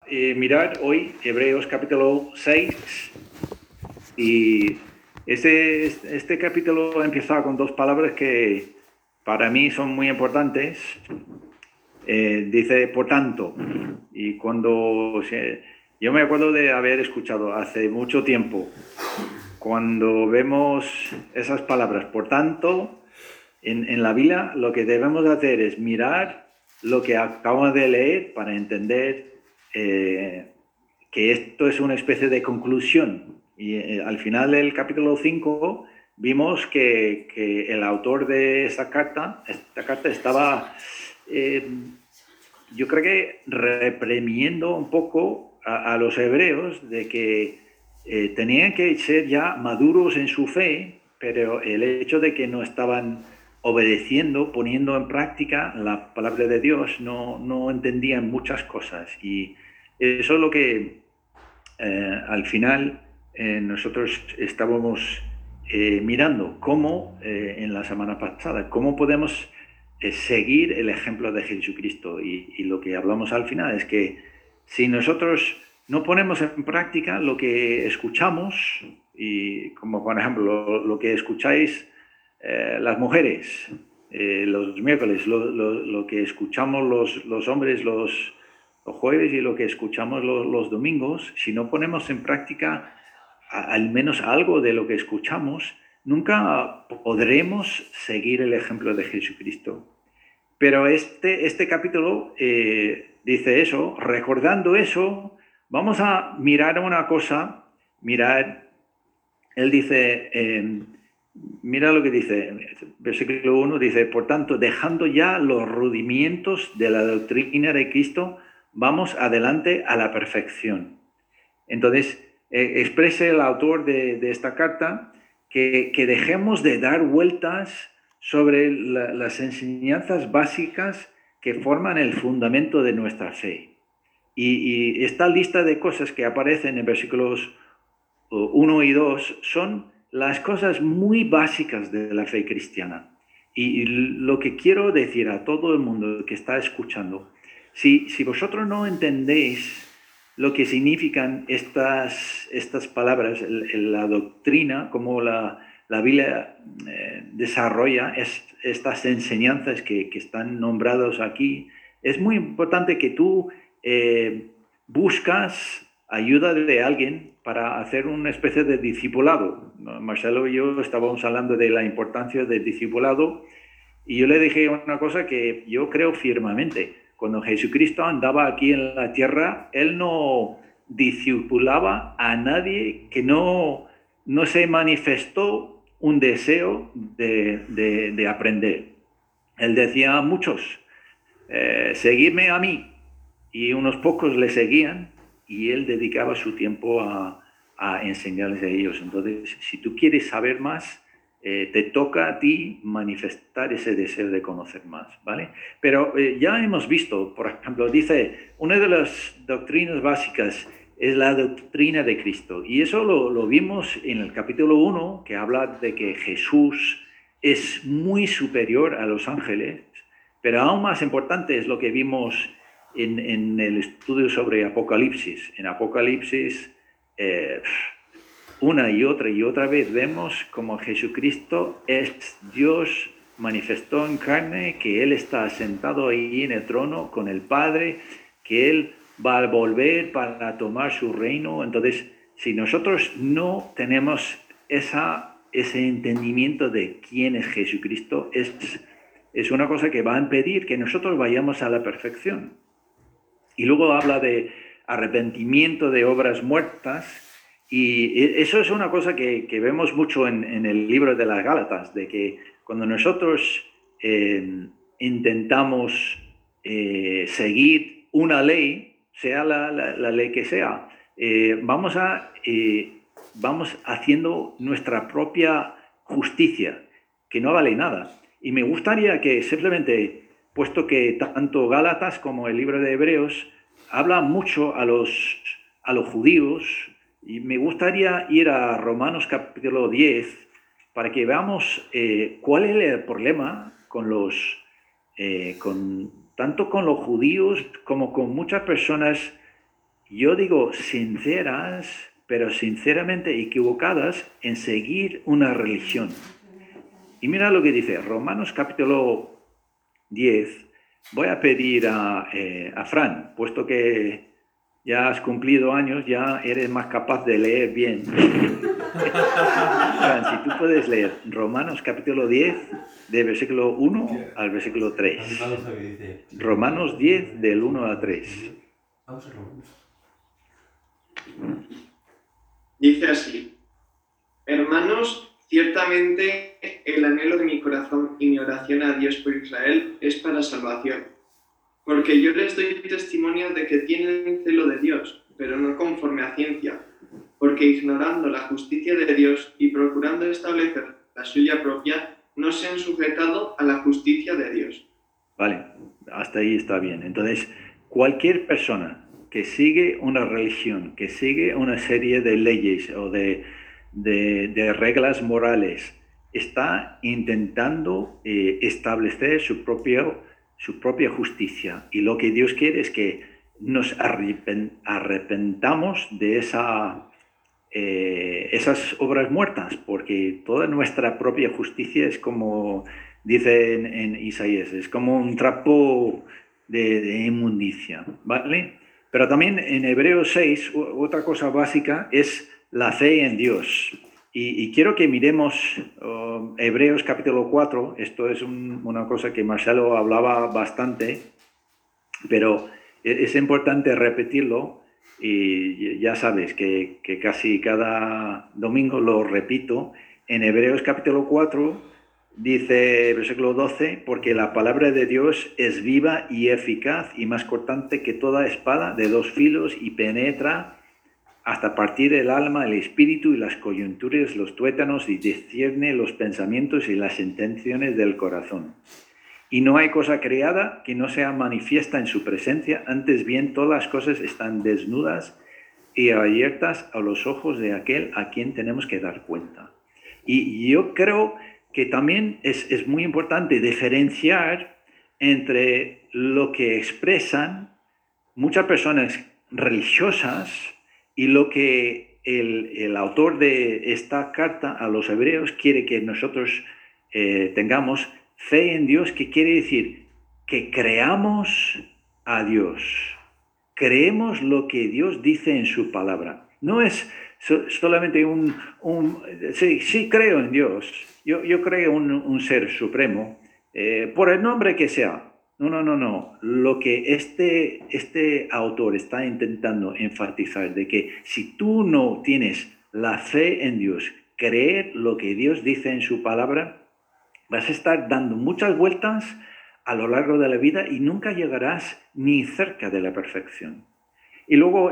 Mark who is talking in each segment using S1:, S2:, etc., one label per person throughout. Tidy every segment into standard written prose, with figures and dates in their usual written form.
S1: mirar hoy Hebreos capítulo 6 y este capítulo empieza con dos palabras que para mí son muy importantes. Dice, por tanto, y yo me acuerdo de haber escuchado hace mucho tiempo, cuando vemos esas palabras, por tanto, en la Biblia lo que debemos hacer es mirar lo que acabamos de leer para entender que esto es una especie de conclusión. Y al final del capítulo 5 vimos que el autor de esta carta estaba, eh, yo creo que reprimiendo un poco a los hebreos de que tenían que ser ya maduros en su fe, pero el hecho de que no estaban obedeciendo, poniendo en práctica la palabra de Dios, no entendían muchas cosas. Y eso es lo que al final nosotros estábamos mirando, cómo en la semana pasada, cómo podemos seguir el ejemplo de Jesucristo. Y lo que hablamos al final es que si nosotros no ponemos en práctica lo que escuchamos, y como por ejemplo lo que escucháis las mujeres los miércoles, lo que escuchamos los hombres los jueves y lo que escuchamos los domingos, si no ponemos en práctica al menos algo de lo que escuchamos, nunca podremos seguir el ejemplo de Jesucristo. Pero este capítulo dice eso, recordando eso, vamos a mirar una cosa, él dice, mira lo que dice, versículo 1 dice, por tanto, dejando ya los rudimientos de la doctrina de Cristo, vamos adelante a la perfección. Entonces, expresa el autor de esta carta que dejemos de dar vueltas sobre las enseñanzas básicas que forman el fundamento de nuestra fe. Y esta lista de cosas que aparecen en versículos 1 y 2 son las cosas muy básicas de la fe cristiana. Y lo que quiero decir a todo el mundo que está escuchando, si vosotros no entendéis lo que significan estas palabras, la doctrina, cómo la Biblia desarrolla estas enseñanzas que están nombradas aquí, es muy importante que tú buscas ayuda de alguien para hacer una especie de discipulado. Marcelo y yo estábamos hablando de la importancia del discipulado y yo le dije una cosa que yo creo firmemente. Cuando Jesucristo andaba aquí en la tierra, Él no discipulaba a nadie que no se manifestó un deseo de aprender. Él decía a muchos, seguidme a mí. Y unos pocos le seguían y él dedicaba su tiempo a enseñarles a ellos. Entonces, si tú quieres saber más, te toca a ti manifestar ese deseo de conocer más, ¿vale? Pero ya hemos visto, por ejemplo, dice, una de las doctrinas básicas es la doctrina de Cristo. Y eso lo vimos en el capítulo 1, que habla de que Jesús es muy superior a los ángeles, pero aún más importante es lo que vimos en el estudio sobre Apocalipsis. En Apocalipsis, una y otra vez vemos como Jesucristo es Dios manifestó en carne, que Él está sentado ahí en el trono con el Padre, que Él va a volver para tomar su reino. Entonces, si nosotros no tenemos ese entendimiento de quién es Jesucristo, es una cosa que va a impedir que nosotros vayamos a la perfección. Y luego habla de arrepentimiento de obras muertas. Y eso es una cosa que vemos mucho en el libro de las Gálatas, de que cuando nosotros intentamos seguir una ley, sea la ley que sea, vamos haciendo nuestra propia justicia, que no vale nada. Y me gustaría que simplemente, puesto que tanto Gálatas como el libro de Hebreos habla mucho a los judíos, y me gustaría ir a Romanos capítulo 10 para que veamos cuál es el problema tanto con los judíos como con muchas personas yo digo sinceras, pero sinceramente equivocadas en seguir una religión. Y mira lo que dice Romanos capítulo 10. Voy a pedir a Fran, puesto que ya has cumplido años, ya eres más capaz de leer bien. Fran, si tú puedes leer Romanos capítulo 10, de versículo 1 al versículo 3. Romanos 10, del 1 al 3.
S2: Vamos a Romanos.
S3: Dice así: Hermanos, ciertamente el anhelo de mi corazón y mi oración a Dios por Israel es para salvación. Porque yo les doy testimonio de que tienen celo de Dios, pero no conforme a ciencia, porque ignorando la justicia de Dios y procurando establecer la suya propia, no se han sujetado a la justicia de Dios.
S1: Vale, hasta ahí está bien. Entonces, cualquier persona que sigue una religión, que sigue una serie de leyes o de reglas morales, está intentando establecer su propia justicia. Y lo que Dios quiere es que nos arrepentamos de esas obras muertas, porque toda nuestra propia justicia es como dice en Isaías, es como un trapo de inmundicia, ¿vale? Pero también en Hebreos 6, otra cosa básica es la fe en Dios. Y quiero que miremos Hebreos capítulo 4, esto es una cosa que Marcelo hablaba bastante, pero es importante repetirlo. Y ya sabes que casi cada domingo lo repito. En Hebreos capítulo 4 dice, versículo 12, porque la palabra de Dios es viva y eficaz y más cortante que toda espada de dos filos y penetra hasta partir el alma, el espíritu y las coyunturas, los tuétanos, y discierne los pensamientos y las intenciones del corazón. Y no hay cosa creada que no sea manifiesta en su presencia, antes bien todas las cosas están desnudas y abiertas a los ojos de aquel a quien tenemos que dar cuenta. Y yo creo que también es muy importante diferenciar entre lo que expresan muchas personas religiosas y lo que el autor de esta carta a los hebreos quiere que nosotros tengamos. Fe en Dios, que quiere decir que creamos a Dios, creemos lo que Dios dice en su palabra. No es solamente sí creo en Dios, yo creo un ser supremo, por el nombre que sea. No. Lo que este autor está intentando enfatizar de que si tú no tienes la fe en Dios, creer lo que Dios dice en su palabra, vas a estar dando muchas vueltas a lo largo de la vida y nunca llegarás ni cerca de la perfección. Y luego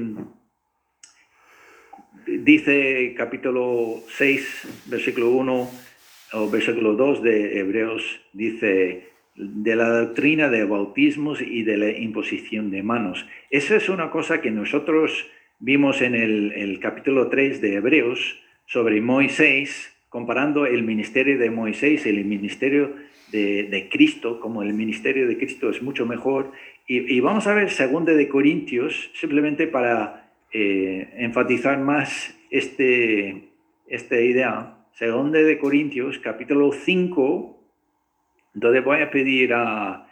S1: dice capítulo 6, versículo 1 o versículo 2 de Hebreos, dice de la doctrina de bautismos y de la imposición de manos. Esa es una cosa que nosotros vimos en el capítulo 3 de Hebreos sobre Moisés, comparando el ministerio de Moisés y el ministerio de Cristo, como el ministerio de Cristo es mucho mejor. Y vamos a ver 2 de Corintios, simplemente para enfatizar más esta idea. 2 de Corintios, capítulo 5, entonces voy a pedir a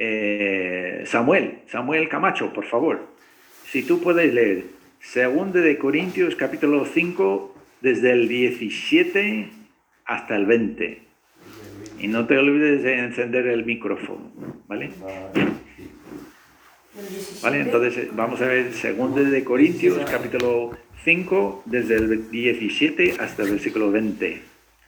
S1: Samuel Camacho, por favor. Si tú puedes leer 2 de Corintios, capítulo 5, desde el 17 hasta el 20. Y no te olvides de encender el micrófono, ¿vale? Vale, entonces vamos a ver 2 de Corintios, capítulo 5, desde el 17 hasta el versículo 20.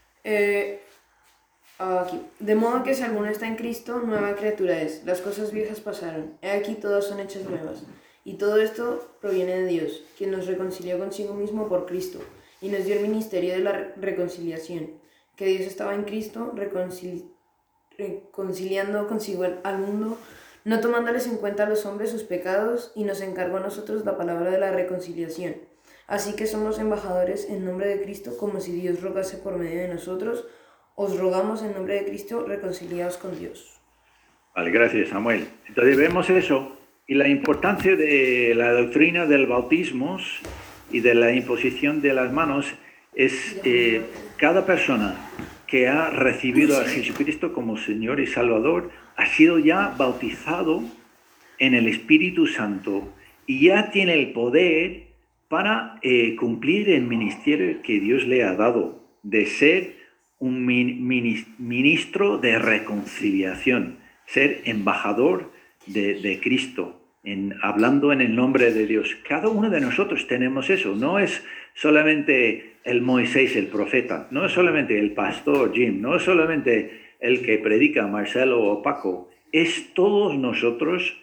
S4: Aquí. De modo que si alguno está en Cristo, nueva criatura es. Las cosas viejas pasaron. He aquí todas son hechas nuevas. Y todo esto proviene de Dios, quien nos reconcilió consigo mismo por Cristo, y nos dio el ministerio de la reconciliación, que Dios estaba en Cristo reconciliando consigo al mundo, no tomándoles en cuenta a los hombres sus pecados, y nos encargó a nosotros la palabra de la reconciliación. Así que somos embajadores en nombre de Cristo, como si Dios rogase por medio de nosotros. Os rogamos en nombre de Cristo, reconciliaos con Dios.
S1: Vale, gracias, Samuel. Entonces vemos eso, Y la importancia de la doctrina del bautismo y de la imposición de las manos es cada persona que ha recibido a Jesucristo como Señor y Salvador ha sido ya bautizado en el Espíritu Santo y ya tiene el poder para cumplir el ministerio que Dios le ha dado, de ser un ministro de reconciliación, ser embajador de Cristo, hablando en el nombre de Dios. Cada uno de nosotros tenemos eso. No es solamente el Moisés, el profeta, no es solamente el pastor Jim, no es solamente el que predica Marcelo o Paco, es todos nosotros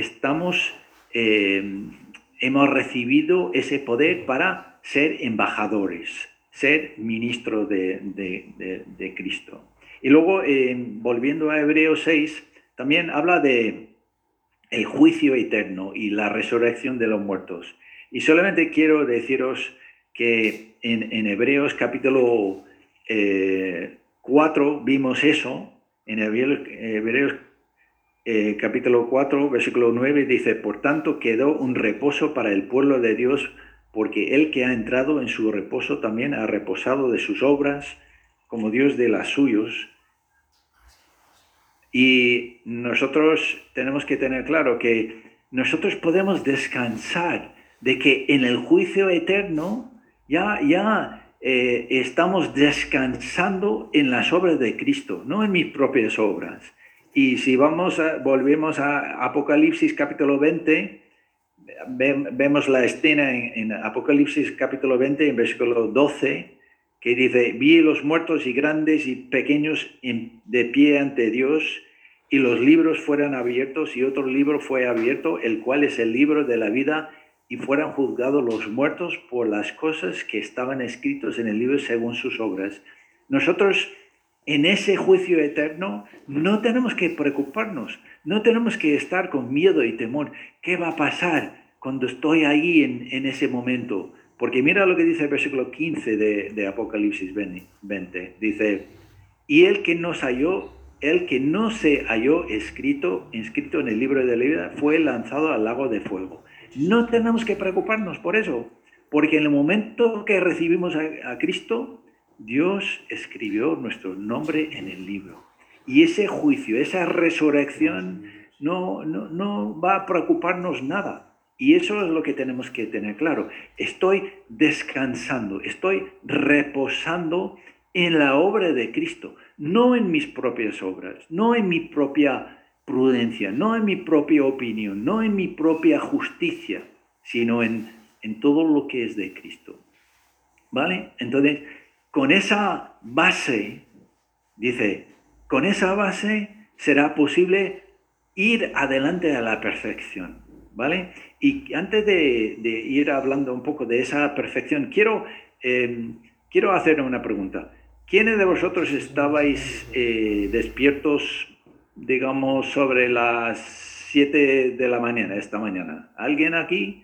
S1: hemos recibido ese poder para ser embajadores, ser ministros de Cristo. Y luego, volviendo a Hebreos 6, también habla de el juicio eterno y la resurrección de los muertos. Y solamente quiero deciros que en Hebreos capítulo 4 vimos eso. En Hebreos capítulo 4, versículo 9 dice: por tanto quedó un reposo para el pueblo de Dios, porque el que ha entrado en su reposo también ha reposado de sus obras, como Dios de las suyas. Y nosotros tenemos que tener claro que nosotros podemos descansar de que en el juicio eterno ya estamos descansando en las obras de Cristo, no en mis propias obras. Y si volvemos a Apocalipsis capítulo 20, vemos la escena en Apocalipsis capítulo 20, en versículo 12, que dice: vi los muertos y grandes y pequeños de pie ante Dios, y los libros fueron abiertos, y otro libro fue abierto, el cual es el libro de la vida, y fueron juzgados los muertos por las cosas que estaban escritos en el libro según sus obras. Nosotros en ese juicio eterno no tenemos que preocuparnos, no tenemos que estar con miedo y temor. ¿Qué va a pasar cuando estoy ahí en ese momento? Porque mira lo que dice el versículo 15 de Apocalipsis 20. Dice: y el que no se halló escrito en el libro de la vida fue lanzado al lago de fuego. No tenemos que preocuparnos por eso, porque en el momento que recibimos a Cristo, Dios escribió nuestro nombre en el libro. Y ese juicio, esa resurrección no va a preocuparnos nada. Y eso es lo que tenemos que tener claro. Estoy descansando, estoy reposando en la obra de Cristo, no en mis propias obras, no en mi propia prudencia, no en mi propia opinión, no en mi propia justicia, sino en todo lo que es de Cristo. ¿Vale? Entonces, con esa base, dice, con esa base será posible ir adelante a la perfección. ¿Vale? Y antes de ir hablando un poco de esa perfección, quiero hacer una pregunta. ¿Quiénes de vosotros estabais despiertos, digamos, sobre las 7 de la mañana, esta mañana? ¿Alguien aquí?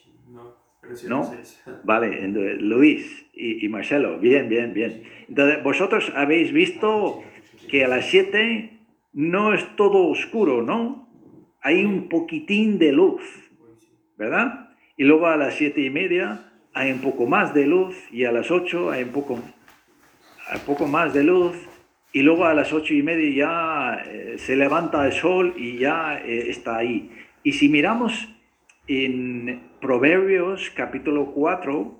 S1: ¿No? Vale, entonces, Luis y Marcelo, bien. Entonces, vosotros habéis visto que a las 7 no es todo oscuro, ¿no? Hay un poquitín de luz, ¿verdad? Y luego a las 7:30 hay un poco más de luz, y a las 8 hay un poco más de luz, y luego a las 8:30 ya se levanta el sol y ya está ahí. Y si miramos en Proverbios capítulo 4,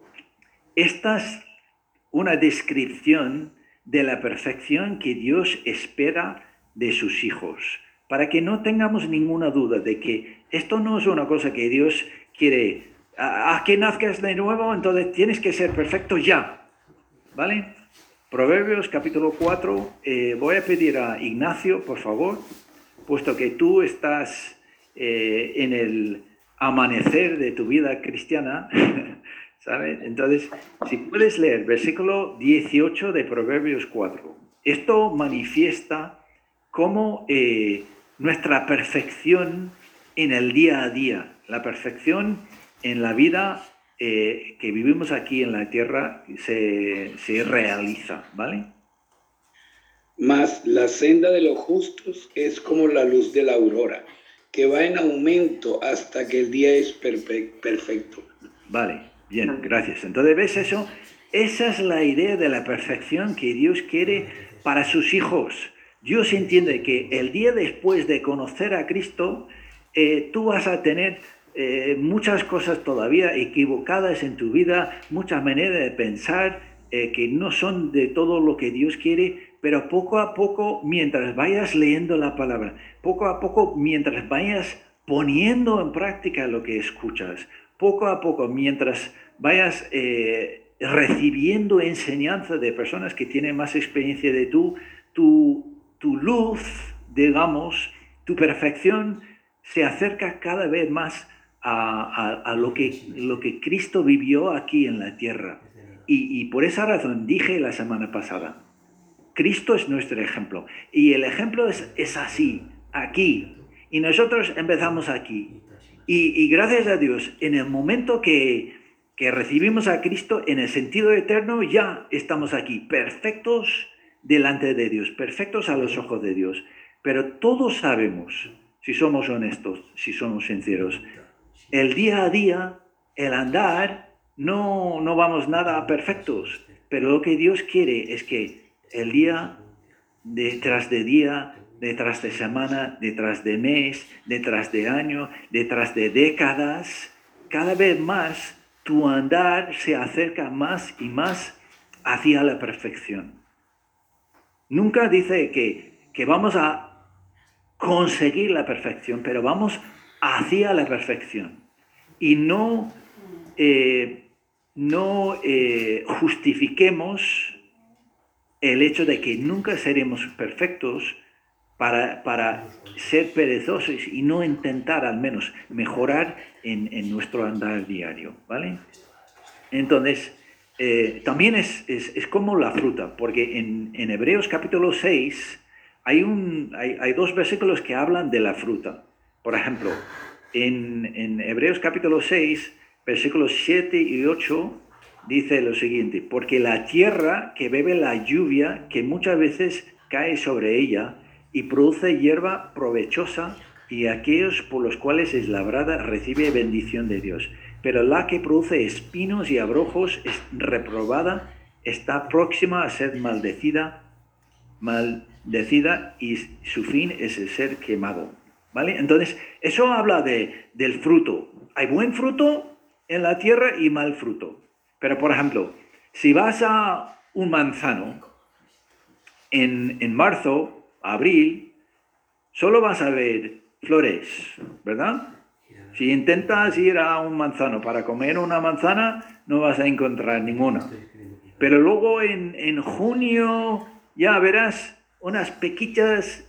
S1: esta es una descripción de la perfección que Dios espera de sus hijos, para que no tengamos ninguna duda de que esto no es una cosa que Dios quiere, a que nazcas de nuevo, entonces tienes que ser perfecto ya, ¿vale? Proverbios capítulo 4, voy a pedir a Ignacio, por favor, puesto que tú estás en el amanecer de tu vida cristiana, ¿sabes? Entonces, si puedes leer versículo 18 de Proverbios 4, esto manifiesta cómo nuestra perfección en el día a día, la perfección en la vida que vivimos aquí en la tierra se realiza, ¿vale?
S2: Mas la senda de los justos es como la luz de la aurora, que va en aumento hasta que el día es perfecto.
S1: Vale, bien, gracias. Entonces, ¿ves eso? Esa es la idea de la perfección que Dios quiere para sus hijos. Dios entiende que el día después de conocer a Cristo, tú vas a tener muchas cosas todavía equivocadas en tu vida, muchas maneras de pensar que no son de todo lo que Dios quiere, pero poco a poco, mientras vayas leyendo la palabra, poco a poco, mientras vayas poniendo en práctica lo que escuchas, poco a poco, mientras vayas recibiendo enseñanza de personas que tienen más experiencia de tu luz, digamos, tu perfección se acerca cada vez más a lo que Cristo vivió aquí en la tierra. Y por esa razón dije la semana pasada, Cristo es nuestro ejemplo. Y el ejemplo es así, aquí. Y nosotros empezamos aquí. Y gracias a Dios, en el momento que recibimos a Cristo, en el sentido eterno, ya estamos aquí, perfectos delante de Dios, perfectos a los ojos de Dios. Pero todos sabemos, si somos honestos, si somos sinceros, el día a día, el andar, no vamos nada perfectos. Pero lo que Dios quiere es que el día detrás de día, detrás de semana, detrás de mes, detrás de año, detrás de décadas, cada vez más tu andar se acerca más y más hacia la perfección. Nunca dice que vamos a conseguir la perfección, pero vamos hacia la perfección. Y no justifiquemos el hecho de que nunca seremos perfectos para ser perezosos y no intentar al menos mejorar en nuestro andar diario, ¿vale? Entonces, también es como la fruta, porque en Hebreos capítulo 6 hay dos versículos que hablan de la fruta. Por ejemplo, en Hebreos capítulo 6, versículos 7 y 8, dice lo siguiente: porque la tierra que bebe la lluvia que muchas veces cae sobre ella y produce hierba provechosa, y aquellos por los cuales es labrada recibe bendición de Dios. Pero la que produce espinos y abrojos es reprobada, está próxima a ser maldecida y su fin es el ser quemado. ¿Vale? Entonces, eso habla del fruto. Hay buen fruto en la tierra y mal fruto. Pero, por ejemplo, si vas a un manzano en marzo, abril, solo vas a ver flores, ¿verdad? Si intentas ir a un manzano para comer una manzana, no vas a encontrar ninguna. Pero luego en junio ya verás unas pequeñas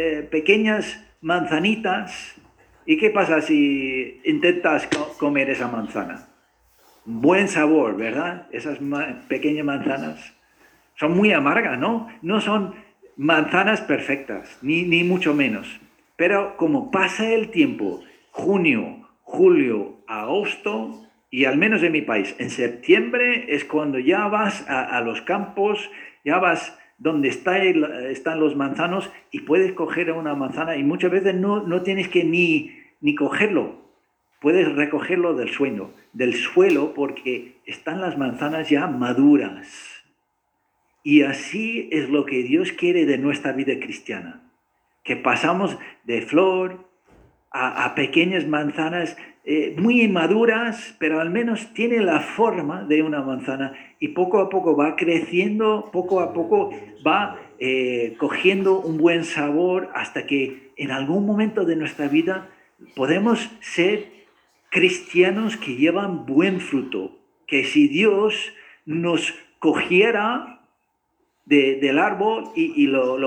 S1: manzanitas. ¿Y qué pasa si intentas comer esa manzana? Buen sabor, ¿verdad? Esas pequeñas manzanas son muy amargas, ¿no? No son manzanas perfectas, ni mucho menos. Pero como pasa el tiempo, junio, julio, agosto, y al menos en mi país, en septiembre es cuando ya vas a los campos, ya vas donde están los manzanos y puedes coger una manzana y muchas veces no tienes que ni cogerlo. Puedes recogerlo del suelo porque están las manzanas ya maduras. Y así es lo que Dios quiere de nuestra vida cristiana. Que pasamos de flor a pequeñas manzanas muy inmaduras, pero al menos tiene la forma de una manzana y poco a poco va creciendo, poco a poco va cogiendo un buen sabor hasta que en algún momento de nuestra vida podemos ser cristianos que llevan buen fruto, que si Dios nos cogiera del árbol y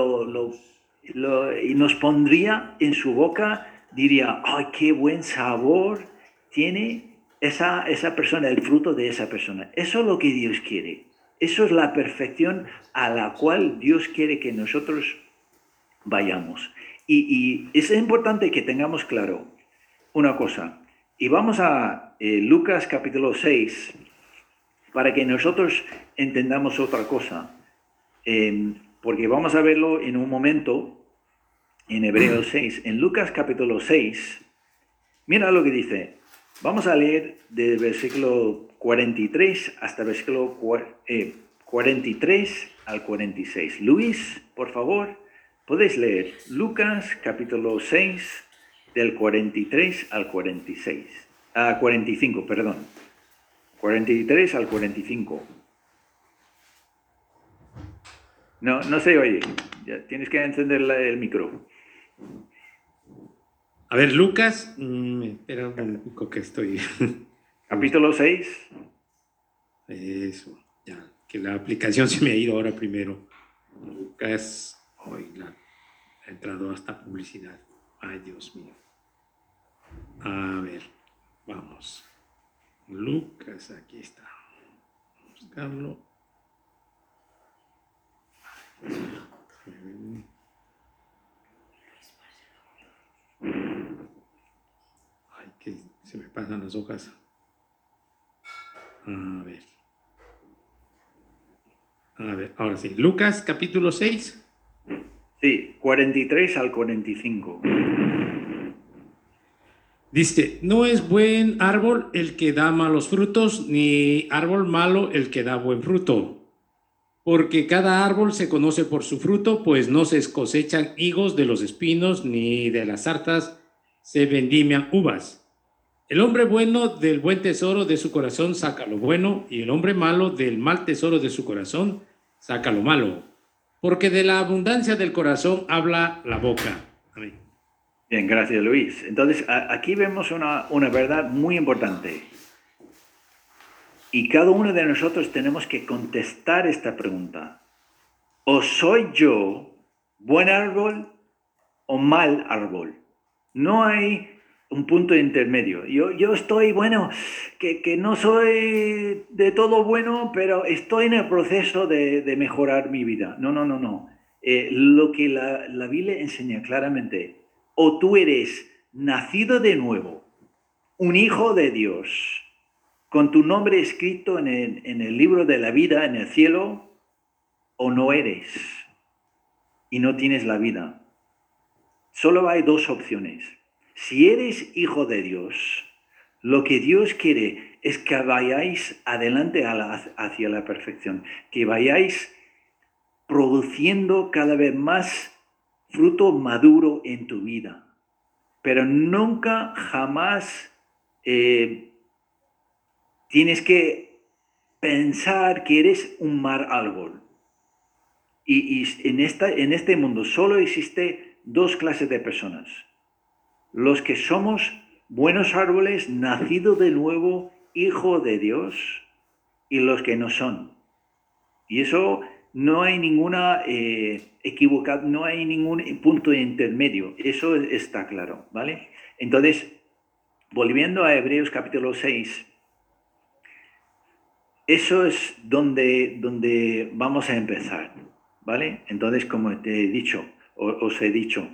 S1: nos pondría en su boca, diría, ¡ay, qué buen sabor tiene esa persona, el fruto de esa persona! Eso es lo que Dios quiere. Eso es la perfección a la cual Dios quiere que nosotros vayamos. Y es importante que tengamos claro una cosa. Y vamos a Lucas capítulo 6 para que nosotros entendamos otra cosa. Porque vamos a verlo en un momento. en Hebreos 6. En Lucas capítulo 6, mira lo que dice. Vamos a leer del versículo 43 hasta el versículo 43 al 46. Luis, por favor, podéis leer Lucas capítulo 6 del 43 al 46. 45, perdón. 43 al 45. No se oye. Ya tienes que encender el micro.
S5: A ver, Lucas, espera un momento que estoy.
S1: Capítulo 6.
S5: Eso, ya, que la aplicación se me ha ido ahora primero. Lucas, hoy ha entrado hasta publicidad. Ay, Dios mío. A ver, vamos. Lucas, aquí está. Vamos a buscarlo. Ay, que se me pasan las hojas. A ver, ahora sí. Lucas, capítulo 6.
S1: Sí, 43 al 45.
S5: Dice, no es buen árbol el que da malos frutos, ni árbol malo el que da buen fruto. Porque cada árbol se conoce por su fruto, pues no se cosechan higos de los espinos, ni de las zarzas se vendimian uvas. El hombre bueno del buen tesoro de su corazón saca lo bueno, y el hombre malo del mal tesoro de su corazón saca lo malo. Porque de la abundancia del corazón habla la boca. Amén.
S1: Bien, gracias Luis. Entonces, aquí vemos una verdad muy importante. Y cada uno de nosotros tenemos que contestar esta pregunta. ¿O soy yo buen árbol o mal árbol? No hay un punto intermedio. Yo estoy, bueno, que no soy de todo bueno, pero estoy en el proceso de mejorar mi vida. No. Lo que la Biblia enseña claramente, o tú eres nacido de nuevo, un hijo de Dios, con tu nombre escrito en el libro de la vida en el cielo, o no eres y no tienes la vida. Solo hay dos opciones. Si eres hijo de Dios, lo que Dios quiere es que vayáis adelante hacia la perfección, que vayáis produciendo cada vez más fruto maduro en tu vida. Pero nunca, jamás tienes que pensar que eres un mal árbol. Y en este mundo solo existe dos clases de personas. Los que somos buenos árboles, nacidos de nuevo, hijo de Dios, y los que no son. Y eso no hay ninguna equivocación, no hay ningún punto intermedio. Eso está claro, ¿vale? Entonces, volviendo a Hebreos capítulo 6, eso es donde vamos a empezar, ¿vale? Entonces, como te he dicho, os he dicho,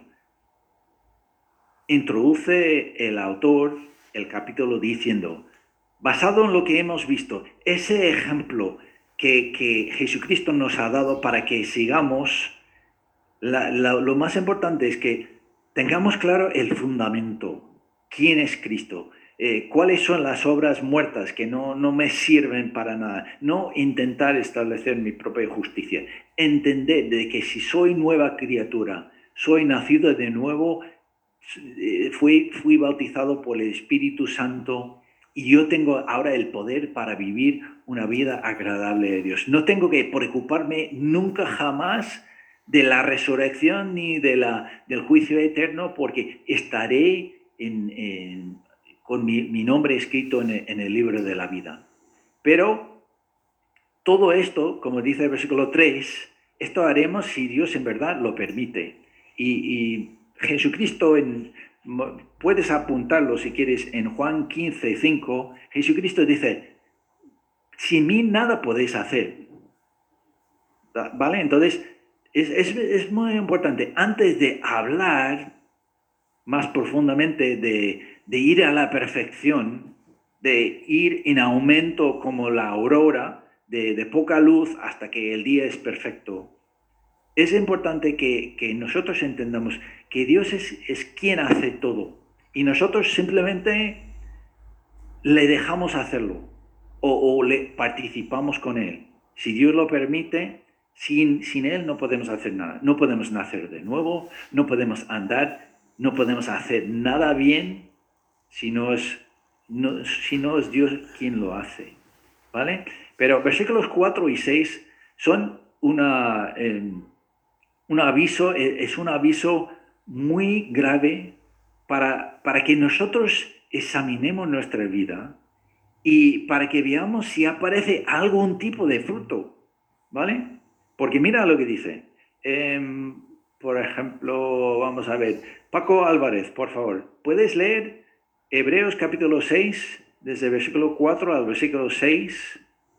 S1: introduce el autor el capítulo diciendo, basado en lo que hemos visto, ese ejemplo que Jesucristo nos ha dado para que sigamos, lo más importante es que tengamos claro el fundamento, quién es Cristo, cuáles son las obras muertas que no me sirven para nada, no intentar establecer mi propia justicia, entender de que si soy nueva criatura, soy nacido de nuevo, fui bautizado por el Espíritu Santo y yo tengo ahora el poder para vivir una vida agradable a Dios. No tengo que preocuparme nunca jamás de la resurrección ni del juicio eterno, porque estaré con mi nombre escrito en el libro de la vida. Pero todo esto, como dice el versículo 3, esto haremos si Dios en verdad lo permite. Y Jesucristo, puedes apuntarlo si quieres, en Juan 15:5, Jesucristo dice, sin mí nada podéis hacer. ¿Vale? Entonces, es muy importante, antes de hablar más profundamente de ir a la perfección, de ir en aumento como la aurora, de poca luz hasta que el día es perfecto, es importante que nosotros entendamos que Dios es quien hace todo y nosotros simplemente le dejamos hacerlo o le participamos con Él. Si Dios lo permite, sin Él no podemos hacer nada. No podemos nacer de nuevo, no podemos andar, no podemos hacer nada bien si no es Dios quien lo hace. ¿Vale? Pero versículos 4 y 6 son un aviso, es un aviso muy grave para que nosotros examinemos nuestra vida y para que veamos si aparece algún tipo de fruto, ¿vale? Porque mira lo que dice. Por ejemplo, vamos a ver. Paco Álvarez, por favor, ¿puedes leer Hebreos capítulo 6, desde el versículo 4 al versículo 6?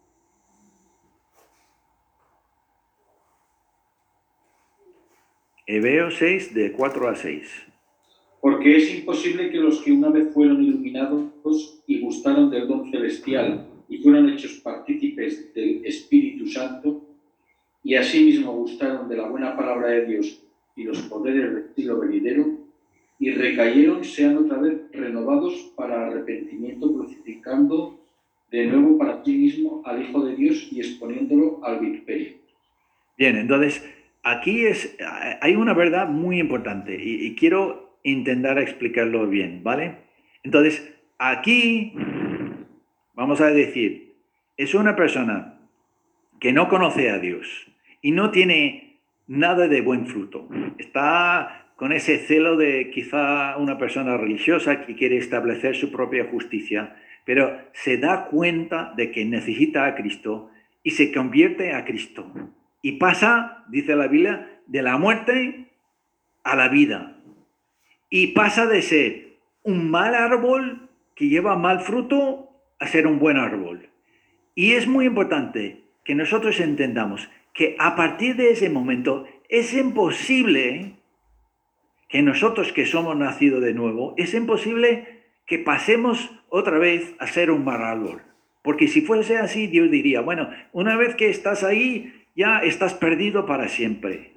S1: Hebreos 6, de 4 a 6.
S6: Porque es imposible que los que una vez fueron iluminados y gustaron del don celestial y fueron hechos partícipes del Espíritu Santo, y asimismo gustaron de la buena palabra de Dios y los poderes del siglo venidero, y recayeron, sean otra vez renovados para arrepentimiento, crucificando de nuevo para sí mismo al Hijo de Dios y exponiéndolo al vituperio.
S1: Bien, entonces aquí hay una verdad muy importante y quiero intentar explicarlo bien, ¿vale? Entonces, aquí vamos a decir, es una persona que no conoce a Dios y no tiene nada de buen fruto. Está con ese celo de quizá una persona religiosa que quiere establecer su propia justicia, pero se da cuenta de que necesita a Cristo y se convierte a Cristo. Y pasa, dice la Biblia, de la muerte a la vida. Y pasa de ser un mal árbol que lleva mal fruto a ser un buen árbol. Y es muy importante que nosotros entendamos que a partir de ese momento es imposible que nosotros que somos nacidos de nuevo, es imposible que pasemos otra vez a ser un mal árbol. Porque si fuese así, Dios diría, bueno, una vez que estás ahí, ya estás perdido para siempre.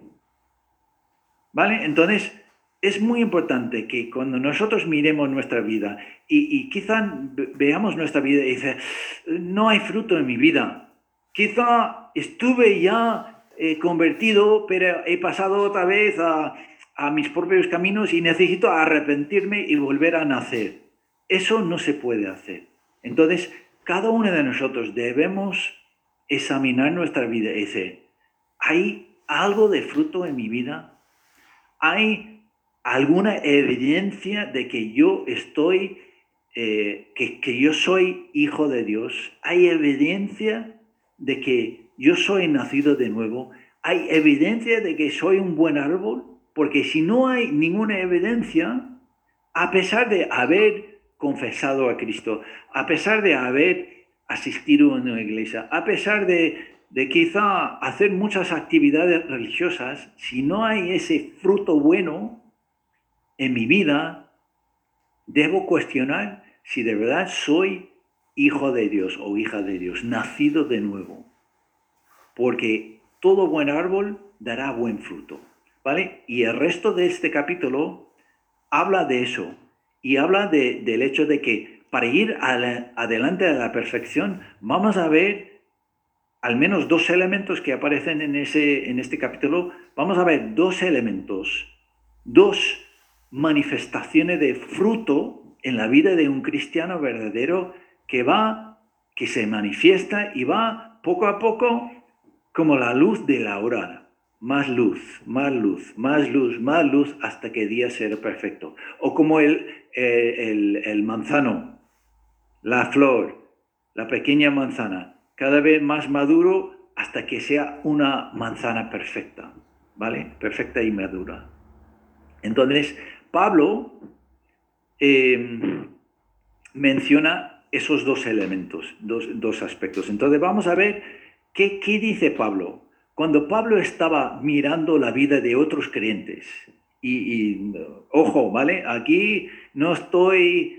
S1: ¿Vale? Entonces, es muy importante que cuando nosotros miremos nuestra vida y quizá veamos nuestra vida y dice, no hay fruto en mi vida. Quizá estuve ya convertido, pero he pasado otra vez a mis propios caminos y necesito arrepentirme y volver a nacer. Eso no se puede hacer. Entonces, cada uno de nosotros debemos examinar nuestra vida y decir, ¿hay algo de fruto en mi vida? ¿Hay alguna evidencia de que yo estoy, que yo soy hijo de Dios? ¿Hay evidencia de que yo soy nacido de nuevo? ¿Hay evidencia de que soy un buen árbol? Porque si no hay ninguna evidencia, a pesar de haber confesado a Cristo, a pesar de haber asistido a una iglesia, a pesar de quizá hacer muchas actividades religiosas, si no hay ese fruto bueno en mi vida, debo cuestionar si de verdad soy hijo de Dios o hija de Dios, nacido de nuevo. Porque todo buen árbol dará buen fruto, ¿vale? Y el resto de este capítulo habla de eso y habla del hecho de que para ir adelante a la perfección vamos a ver al menos dos elementos que aparecen en este capítulo. Vamos a ver dos elementos, dos manifestaciones de fruto en la vida de un cristiano verdadero que se manifiesta y va poco a poco como la luz de la aurora. Más luz, más luz, más luz, más luz hasta que el día sea perfecto. O como el manzano, la flor, la pequeña manzana, cada vez más maduro hasta que sea una manzana perfecta, ¿vale? Perfecta y madura. Entonces, Pablo menciona esos dos elementos, dos aspectos. Entonces, vamos a ver qué dice Pablo. Cuando Pablo estaba mirando la vida de otros creyentes, y ojo, ¿vale? Aquí no estoy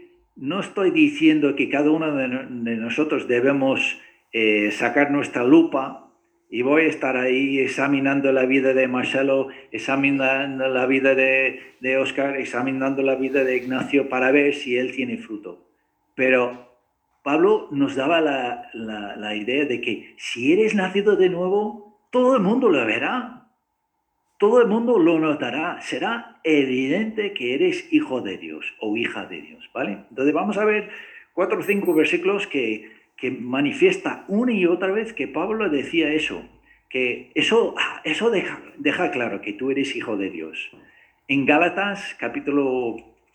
S1: diciendo que cada uno de nosotros debemos sacar nuestra lupa y voy a estar ahí examinando la vida de Marcelo, examinando la vida de Oscar, examinando la vida de Ignacio para ver si él tiene fruto. Pero Pablo nos daba la idea de que si eres nacido de nuevo, todo el mundo lo verá, todo el mundo lo notará, será evidente que eres hijo de Dios o hija de Dios, ¿vale? Entonces vamos a ver 4 o 5 versículos que manifiesta una y otra vez que Pablo decía eso, que eso deja claro que tú eres hijo de Dios. En Gálatas capítulo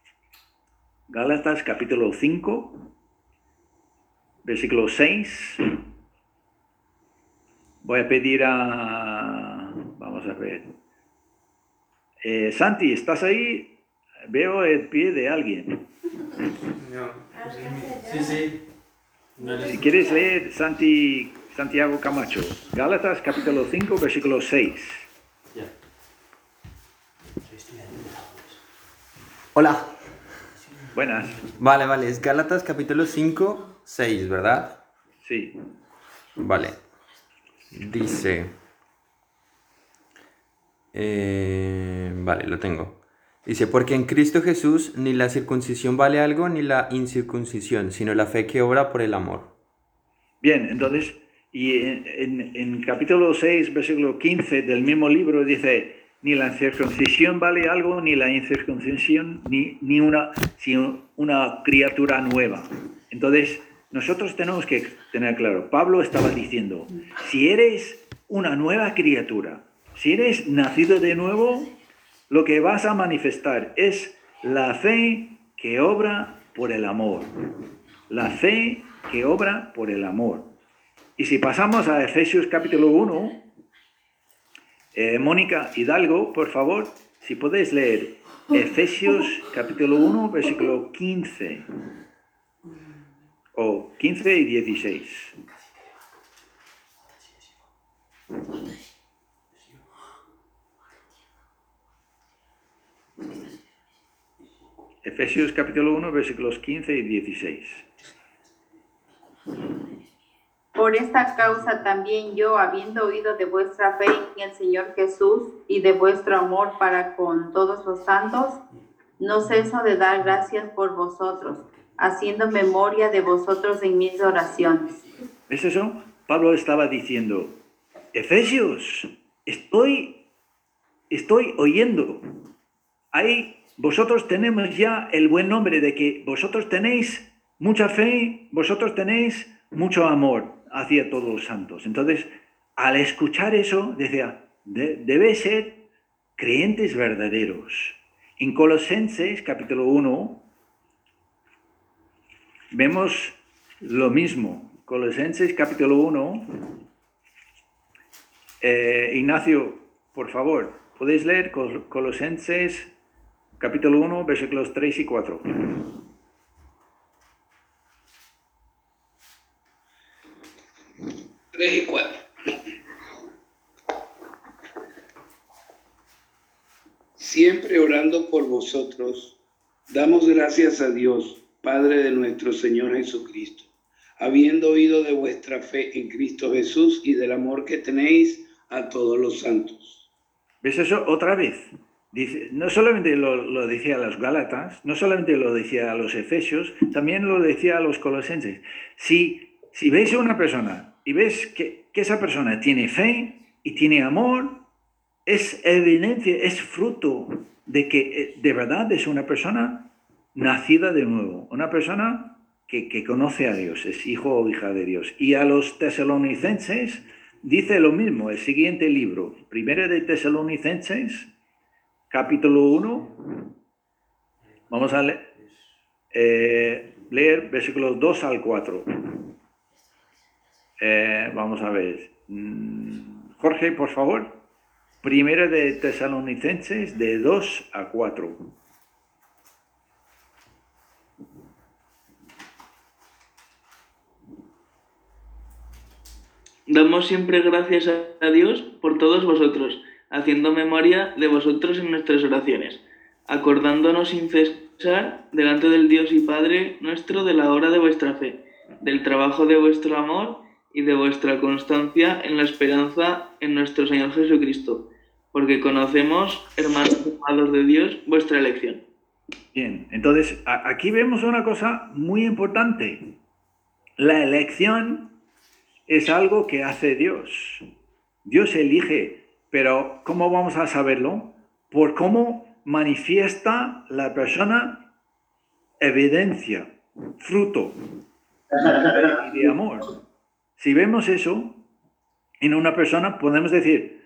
S1: 5, versículo 6, voy a pedir vamos a ver, Santi, ¿estás ahí? Veo el pie de alguien.
S7: No. Sí.
S1: Si quieres leer, Santiago Camacho, Gálatas capítulo 5, versículo 6.
S7: Ya.
S8: Hola.
S1: Buenas.
S8: Vale, es Gálatas capítulo 5, 6, ¿verdad?
S1: Sí.
S8: Vale. Dice... vale, lo tengo. Dice, porque en Cristo Jesús ni la circuncisión vale algo ni la incircuncisión, sino la fe que obra por el amor.
S1: Bien, entonces, y en capítulo 6, versículo 15 del mismo libro dice, ni la circuncisión vale algo, ni la incircuncisión, ni una criatura nueva. Entonces, nosotros tenemos que tener claro, Pablo estaba diciendo, si eres una nueva criatura, si eres nacido de nuevo, lo que vas a manifestar es la fe que obra por el amor. La fe que obra por el amor. Y si pasamos a Efesios capítulo 1, Mónica Hidalgo, por favor, si podéis leer Efesios capítulo 1, versículo 15. O 15 y 16. Efesios capítulo 1, versículos 15 y 16.
S9: Por esta causa también yo, habiendo oído de vuestra fe en el Señor Jesús y de vuestro amor para con todos los santos, no ceso de dar gracias por vosotros, haciendo memoria de vosotros en mis oraciones.
S1: ¿Ves eso? Pablo estaba diciendo, Efesios, estoy oyendo. Vosotros tenemos ya el buen nombre de que vosotros tenéis mucha fe, vosotros tenéis mucho amor hacia todos los santos. Entonces, al escuchar eso, decía, debe ser creyentes verdaderos. En Colosenses, capítulo 1, vemos lo mismo. Colosenses, capítulo 1. Ignacio, por favor, ¿podéis leer Colosenses, capítulo 1, versículos 3 y 4?
S2: 3 y 4. Siempre orando por vosotros, damos gracias a Dios, Padre de nuestro Señor Jesucristo, habiendo oído de vuestra fe en Cristo Jesús y del amor que tenéis a todos los santos.
S1: ¿Ves eso otra vez? Dice, no solamente lo decía a los Gálatas, no solamente lo decía a los Efesios, también lo decía a los Colosenses. Si veis a una persona y ves que esa persona tiene fe y tiene amor, es evidencia, es fruto de que de verdad es una persona nacida de nuevo, una persona que conoce a Dios, es hijo o hija de Dios. Y a los tesalonicenses dice lo mismo, el siguiente libro, Primera de Tesalonicenses, capítulo 1, vamos a leer versículos 2 al 4. Vamos a ver. Jorge, por favor. Primera de Tesalonicenses, de 2 a 4.
S10: Damos siempre gracias a Dios por todos vosotros, haciendo memoria de vosotros en nuestras oraciones, acordándonos sin cesar delante del Dios y Padre nuestro de la obra de vuestra fe, del trabajo de vuestro amor y de vuestra constancia en la esperanza en nuestro Señor Jesucristo, porque conocemos, hermanos amados de Dios, vuestra elección.
S1: Bien, entonces aquí vemos una cosa muy importante. La elección es algo que hace Dios. Dios elige, pero ¿cómo vamos a saberlo? Por cómo manifiesta la persona evidencia, fruto de amor. Si vemos eso en una persona, podemos decir,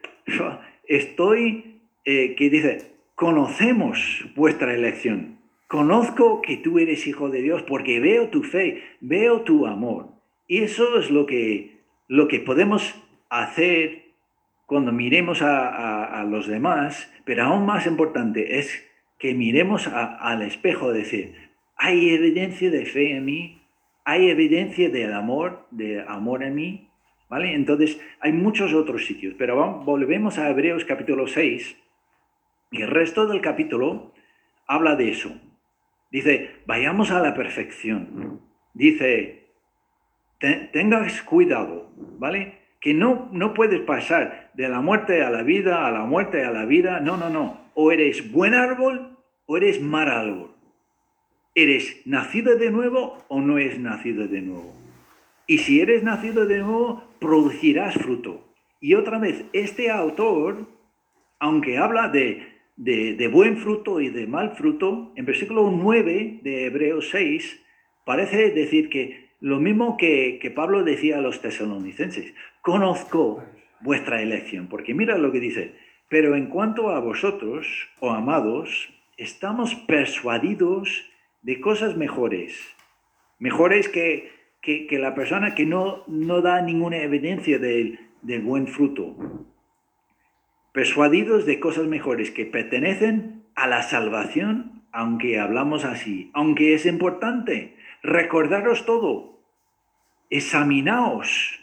S1: que dice, conocemos vuestra elección. Conozco que tú eres hijo de Dios porque veo tu fe, veo tu amor. Y eso es lo que podemos hacer cuando miremos a los demás, pero aún más importante es que miremos al espejo, decir, hay evidencia de fe en mí, hay evidencia de amor en mí, ¿vale? Entonces hay muchos otros sitios, pero volvemos a Hebreos capítulo 6, y el resto del capítulo habla de eso. Dice, vayamos a la perfección. Dice, tengas cuidado, ¿vale? Que no puedes pasar de la muerte a la vida, a la muerte a la vida. No. O eres buen árbol o eres mal árbol. ¿Eres nacido de nuevo o no eres nacido de nuevo? Y si eres nacido de nuevo, producirás fruto. Y otra vez, este autor, aunque habla de buen fruto y de mal fruto, en versículo 9 de Hebreos 6, parece decir que lo mismo que Pablo decía a los tesalonicenses, conozco vuestra elección, porque mira lo que dice, pero en cuanto a vosotros, oh amados, estamos persuadidos de cosas mejores que la persona que no da ninguna evidencia del buen fruto. Persuadidos de cosas mejores que pertenecen a la salvación, aunque hablamos así, aunque es importante, recordaros todo, examinaos,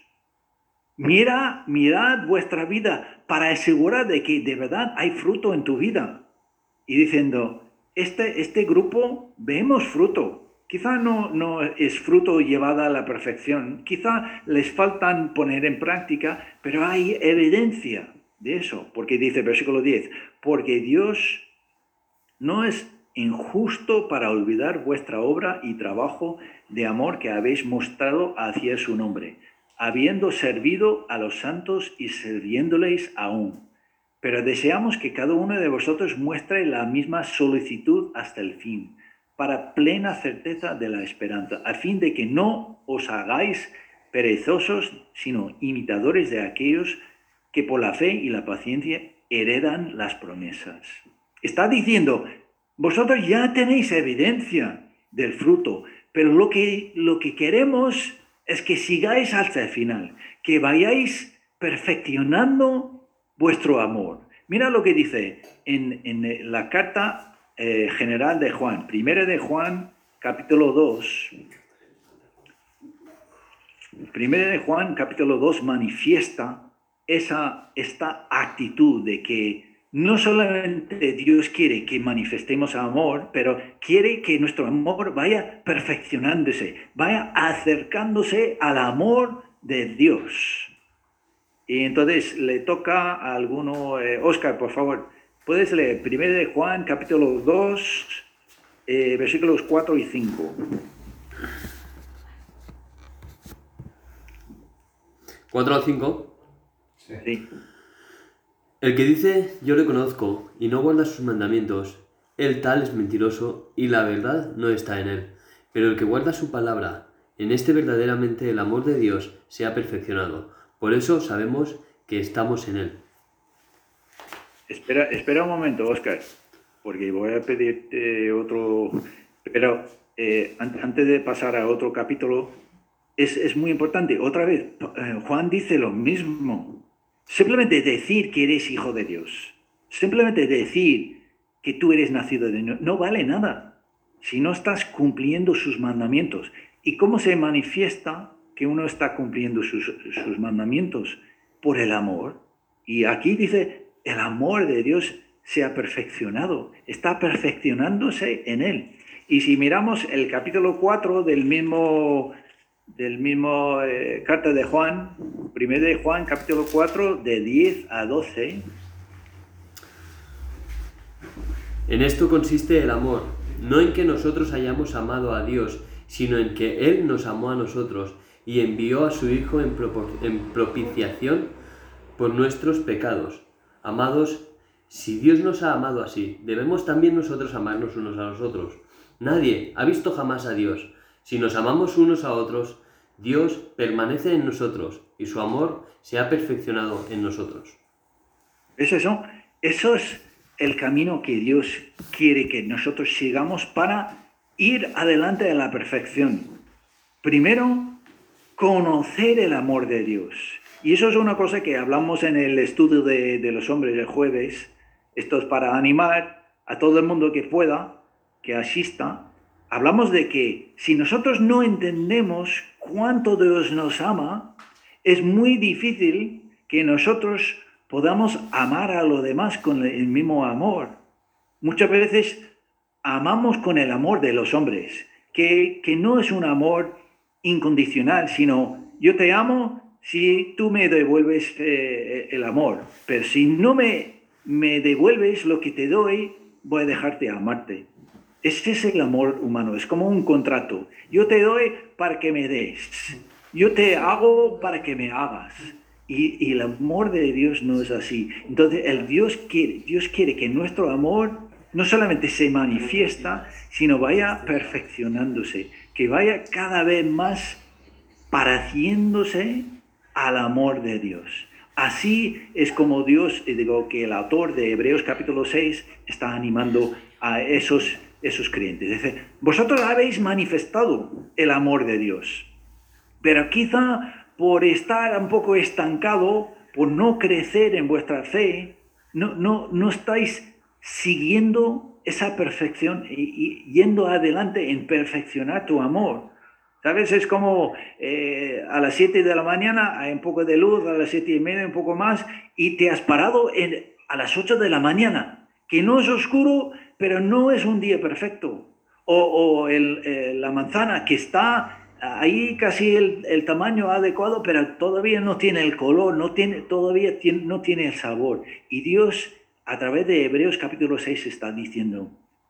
S1: mirad vuestra vida para asegurar de que de verdad hay fruto en tu vida. Y diciendo, este grupo vemos fruto. Quizá no es fruto llevada a la perfección, quizá les faltan poner en práctica, pero hay evidencia de eso, porque dice versículo 10, porque Dios no es injusto para olvidar vuestra obra y trabajo de amor que habéis mostrado hacia su nombre, habiendo servido a los santos y sirviéndoles aún. Pero deseamos que cada uno de vosotros muestre la misma solicitud hasta el fin, para plena certeza de la esperanza, a fin de que no os hagáis perezosos, sino imitadores de aquellos que por la fe y la paciencia heredan las promesas. Está diciendo, vosotros ya tenéis evidencia del fruto, pero lo que queremos es que sigáis hasta el final, que vayáis perfeccionando vuestro amor. Mira lo que dice en la carta general de Juan, primera de Juan, capítulo 2. Primera de Juan, capítulo 2, manifiesta esta actitud de que no solamente Dios quiere que manifestemos amor, pero quiere que nuestro amor vaya perfeccionándose, vaya acercándose al amor de Dios. Y entonces le toca a alguno, Oscar, por favor, puedes leer 1 de Juan, capítulo 2, versículos 4 y 5.
S11: 4 al 5.
S1: Sí.
S11: El que dice, yo le conozco, y no guarda sus mandamientos, el tal es mentiroso, y la verdad no está en él. Pero el que guarda su palabra, en este verdaderamente el amor de Dios se ha perfeccionado. Por eso sabemos que estamos en él.
S1: Espera un momento, Oscar, porque voy a pedirte otro... Pero antes de pasar a otro capítulo, es muy importante. Otra vez, Juan dice lo mismo. Simplemente decir que eres hijo de Dios, simplemente decir que tú eres nacido de Dios, no vale nada si no estás cumpliendo sus mandamientos. ¿Y cómo se manifiesta que uno está cumpliendo sus mandamientos? Por el amor. Y aquí dice, el amor de Dios se ha perfeccionado, está perfeccionándose en él. Y si miramos el capítulo 4 del mismo del mismo carta de Juan, 1 de Juan, capítulo 4, de 10 a 12.
S11: En esto consiste el amor, no en que nosotros hayamos amado a Dios, sino en que Él nos amó a nosotros y envió a su Hijo en propiciación por nuestros pecados. Amados, si Dios nos ha amado así, debemos también nosotros amarnos unos a los otros. Nadie ha visto jamás a Dios. Si nos amamos unos a otros, Dios permanece en nosotros y su amor se ha perfeccionado en nosotros.
S1: Eso es el camino que Dios quiere que nosotros sigamos para ir adelante a la perfección. Primero, conocer el amor de Dios. Y eso es una cosa que hablamos en el estudio de los hombres el jueves. Esto es para animar a todo el mundo que pueda, que asista. Hablamos de que si nosotros no entendemos cuánto Dios nos ama, es muy difícil que nosotros podamos amar a los demás con el mismo amor. Muchas veces amamos con el amor de los hombres, que no es un amor incondicional, sino yo te amo si tú me devuelves el amor, pero si no me devuelves lo que te doy, voy a dejarte amarte. Ese es el amor humano, es como un contrato. Yo te doy para que me des, yo te hago para que me hagas. Y el amor de Dios no es así. Entonces Dios quiere que nuestro amor no solamente se manifiesta, sino vaya perfeccionándose, que vaya cada vez más pareciéndose al amor de Dios. Así es como Dios, que el autor de Hebreos capítulo 6 está animando a esos creyentes. Dice, vosotros habéis manifestado el amor de Dios, pero quizá por estar un poco estancado, por no crecer en vuestra fe, no estáis siguiendo esa perfección y yendo adelante en perfeccionar tu amor. ¿Sabes? Es como a las 7 de la mañana hay un poco de luz, a las 7:30 un poco más, y te has parado a las 8 de la mañana, que no es oscuro, pero no es un día perfecto. O la manzana que está ahí casi el tamaño adecuado, pero todavía no tiene el color, no tiene el sabor. Y Dios, a través de Hebreos capítulo 6, está diciendo,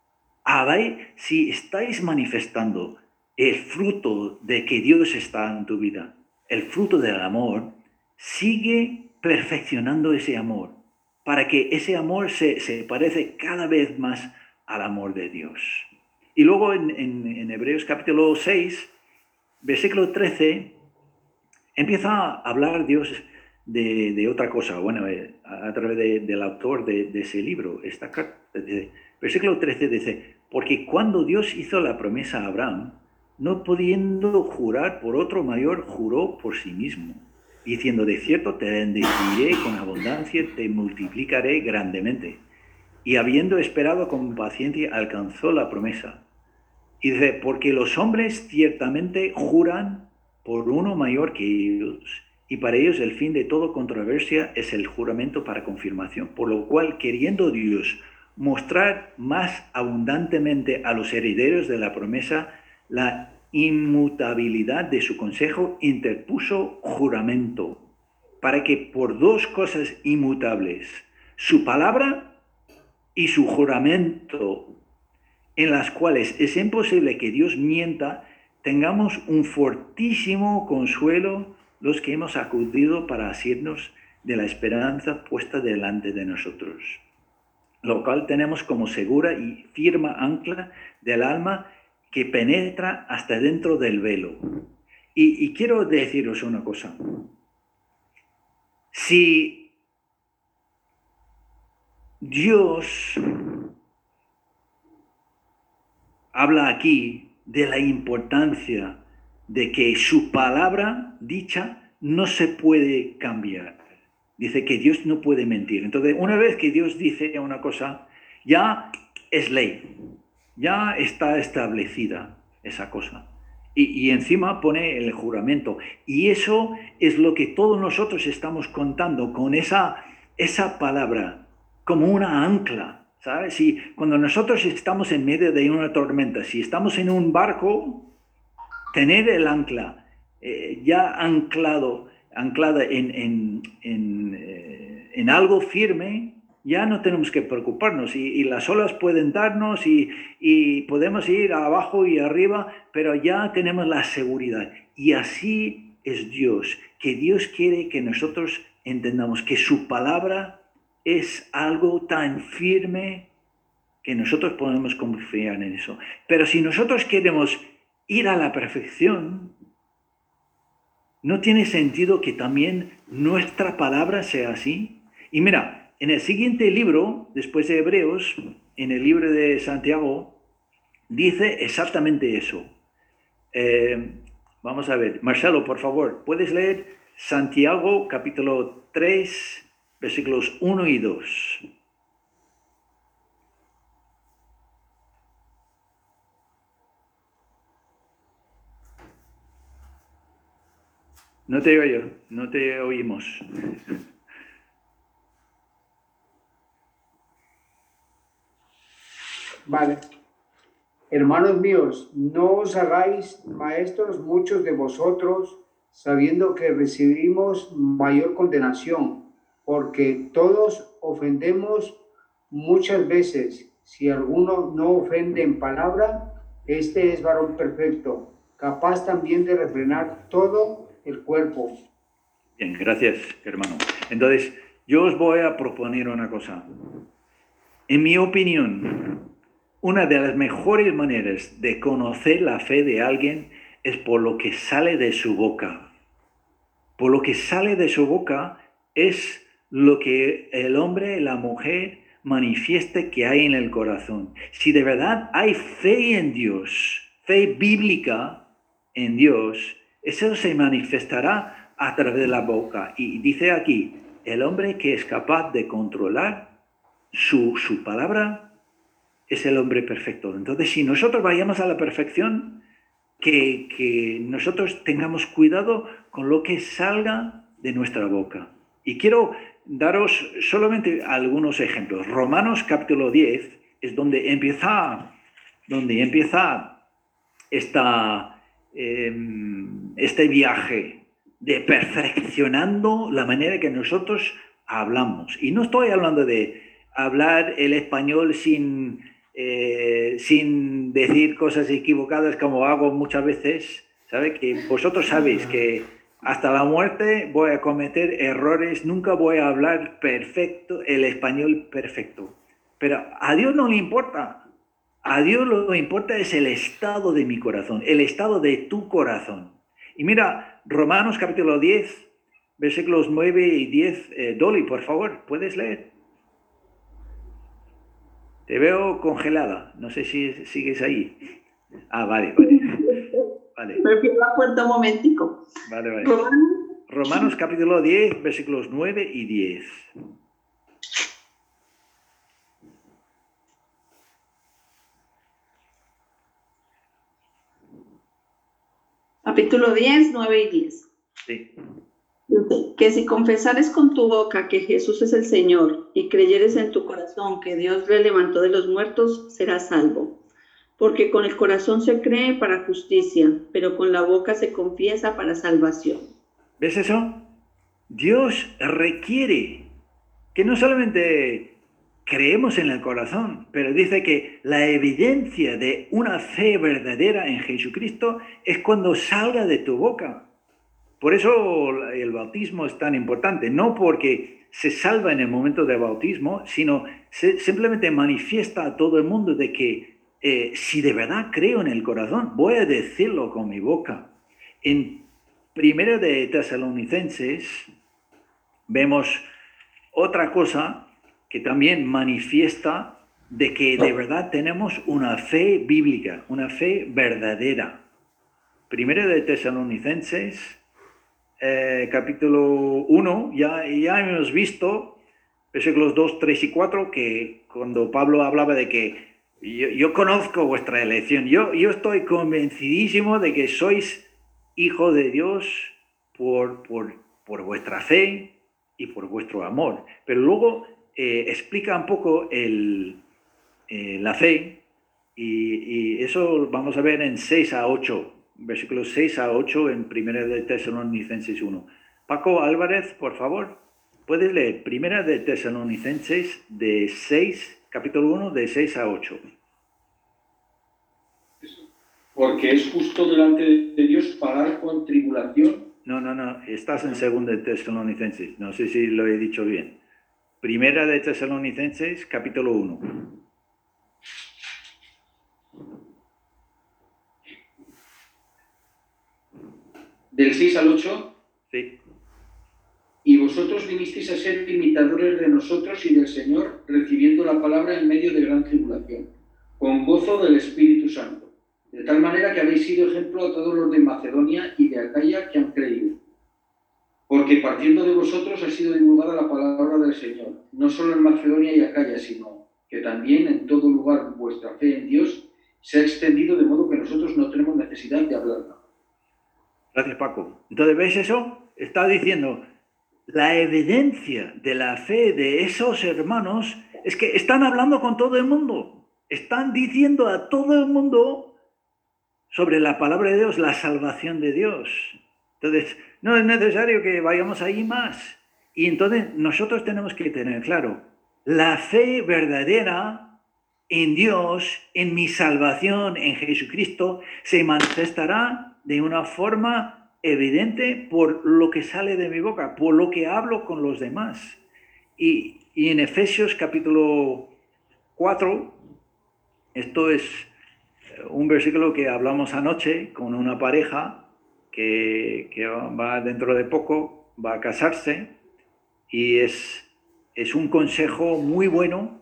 S1: si estáis manifestando el fruto de que Dios está en tu vida, el fruto del amor, sigue perfeccionando ese amor, para que ese amor se parece cada vez más al amor de Dios. Y luego en Hebreos capítulo 6, versículo 13, empieza a hablar Dios de otra cosa, bueno, a través del autor de ese libro. Esta carta, versículo 13 dice, porque cuando Dios hizo la promesa a Abraham, no pudiendo jurar por otro mayor, juró por sí mismo, diciendo, de cierto te bendeciré con abundancia, te multiplicaré grandemente. Y habiendo esperado con paciencia, alcanzó la promesa. Y dice, porque los hombres ciertamente juran por uno mayor que ellos, y para ellos el fin de toda controversia es el juramento para confirmación, por lo cual, queriendo Dios mostrar más abundantemente a los herederos de la promesa la inmutabilidad de su consejo, interpuso juramento, para que por dos cosas inmutables, su palabra y su juramento, en las cuales es imposible que Dios mienta, tengamos un fortísimo consuelo los que hemos acudido para asirnos de la esperanza puesta delante de nosotros, lo cual tenemos como segura y firme ancla del alma que penetra hasta dentro del velo. Y quiero deciros una cosa. Si Dios habla aquí de la importancia de que su palabra dicha no se puede cambiar. Dice que Dios no puede mentir. Entonces, una vez que Dios dice una cosa, ya es ley, ya está establecida esa cosa. Y encima pone el juramento. Y eso es lo que todos nosotros estamos contando con esa palabra, como una ancla, ¿sabes? Si cuando nosotros estamos en medio de una tormenta, si estamos en un barco, tener el ancla ya anclada en algo firme, ya no tenemos que preocuparnos y las olas pueden darnos y podemos ir abajo y arriba, pero ya tenemos la seguridad. Y así es Dios, que Dios quiere que nosotros entendamos que su palabra es algo tan firme que nosotros podemos confiar en eso. Pero si nosotros queremos ir a la perfección, ¿no tiene sentido que también nuestra palabra sea así? Y mira, en el siguiente libro, después de Hebreos, en el libro de Santiago, dice exactamente eso. Vamos a ver, Marcelo, por favor, ¿puedes leer Santiago capítulo 3, versículos 1 y 2? No te oigo, no te oímos.
S12: Vale. Hermanos míos, no os hagáis maestros muchos de vosotros, sabiendo que recibimos mayor condenación, porque todos ofendemos muchas veces. Si alguno no ofende en palabra, este es varón perfecto, capaz también de refrenar todo el cuerpo.
S1: Bien, gracias, hermano. Entonces, yo os voy a proponer una cosa. En mi opinión, una de las mejores maneras de conocer la fe de alguien es por lo que sale de su boca. Por lo que sale de su boca es lo que el hombre y la mujer manifieste que hay en el corazón. Si de verdad hay fe en Dios, fe bíblica en Dios, eso se manifestará a través de la boca. Y dice aquí, el hombre que es capaz de controlar su palabra es el hombre perfecto. Entonces, si nosotros vayamos a la perfección, que nosotros tengamos cuidado con lo que salga de nuestra boca. Y quiero daros solamente algunos ejemplos. Romanos capítulo 10 es donde empieza este viaje de perfeccionando la manera que nosotros hablamos. Y no estoy hablando de hablar el español sin decir cosas equivocadas como hago muchas veces, ¿sabe? Que vosotros sabéis que hasta la muerte voy a cometer errores, nunca voy a hablar perfecto, el español perfecto. Pero a Dios no le importa. A Dios lo que importa es el estado de mi corazón, el estado de tu corazón. Y mira, Romanos capítulo 10, versículos 9 y 10. Dolly, por favor, ¿puedes leer? Te veo congelada, no sé si sigues ahí. Ah, vale.
S13: Me fui a la puerta un momentico.
S1: Vale. Romanos capítulo 10, versículos 9 y 10.
S13: Capítulo 10, 9 y 10.
S1: Sí.
S13: Que si confesares con tu boca que Jesús es el Señor y creyeres en tu corazón que Dios le levantó de los muertos, serás salvo. Porque con el corazón se cree para justicia, pero con la boca se confiesa para salvación.
S1: ¿Ves eso? Dios requiere que no solamente creemos en el corazón, pero dice que la evidencia de una fe verdadera en Jesucristo es cuando salga de tu boca. Por eso el bautismo es tan importante, no porque se salva en el momento del bautismo, sino simplemente manifiesta a todo el mundo de que si de verdad creo en el corazón, voy a decirlo con mi boca. En 1 de Tesalonicenses vemos otra cosa que también manifiesta de que de verdad tenemos una fe bíblica, una fe verdadera. 1 de Tesalonicenses capítulo 1, ya hemos visto versículos 2, 3 y 4, que cuando Pablo hablaba de que yo conozco vuestra elección, yo estoy convencidísimo de que sois hijos de Dios por vuestra fe y por vuestro amor. Pero luego explica un poco la fe, y eso vamos a ver en 6 a 8 versículos 6 a 8 en 1 de Tesalonicenses 1. Paco Álvarez, por favor, puedes leer 1 de Tesalonicenses de 6, capítulo 1, de 6 a 8.
S6: Porque es justo delante de Dios pagar con tribulación.
S1: No, estás en 2 de Tesalonicenses, no sé si lo he dicho bien. 1 de Tesalonicenses, capítulo 1.
S6: Del 6 al 8.
S1: Sí.
S6: Y vosotros vinisteis a ser imitadores de nosotros y del Señor, recibiendo la palabra en medio de gran tribulación, con gozo del Espíritu Santo, de tal manera que habéis sido ejemplo a todos los de Macedonia y de Acaya que han creído. Porque partiendo de vosotros ha sido divulgada la palabra del Señor, no solo en Macedonia y Acaya, sino que también en todo lugar vuestra fe en Dios se ha extendido, de modo que nosotros no tenemos necesidad de hablarla.
S1: Gracias, Paco. Entonces, ¿ves eso? Está diciendo, la evidencia de la fe de esos hermanos es que están hablando con todo el mundo. Están diciendo a todo el mundo sobre la palabra de Dios, la salvación de Dios. Entonces, no es necesario que vayamos ahí más. Y entonces nosotros tenemos que tener claro, la fe verdadera en Dios, en mi salvación, en Jesucristo, se manifestará de una forma evidente por lo que sale de mi boca, por lo que hablo con los demás. Y en Efesios capítulo 4, esto es un versículo que hablamos anoche con una pareja que va dentro de poco, va a casarse, y es un consejo muy bueno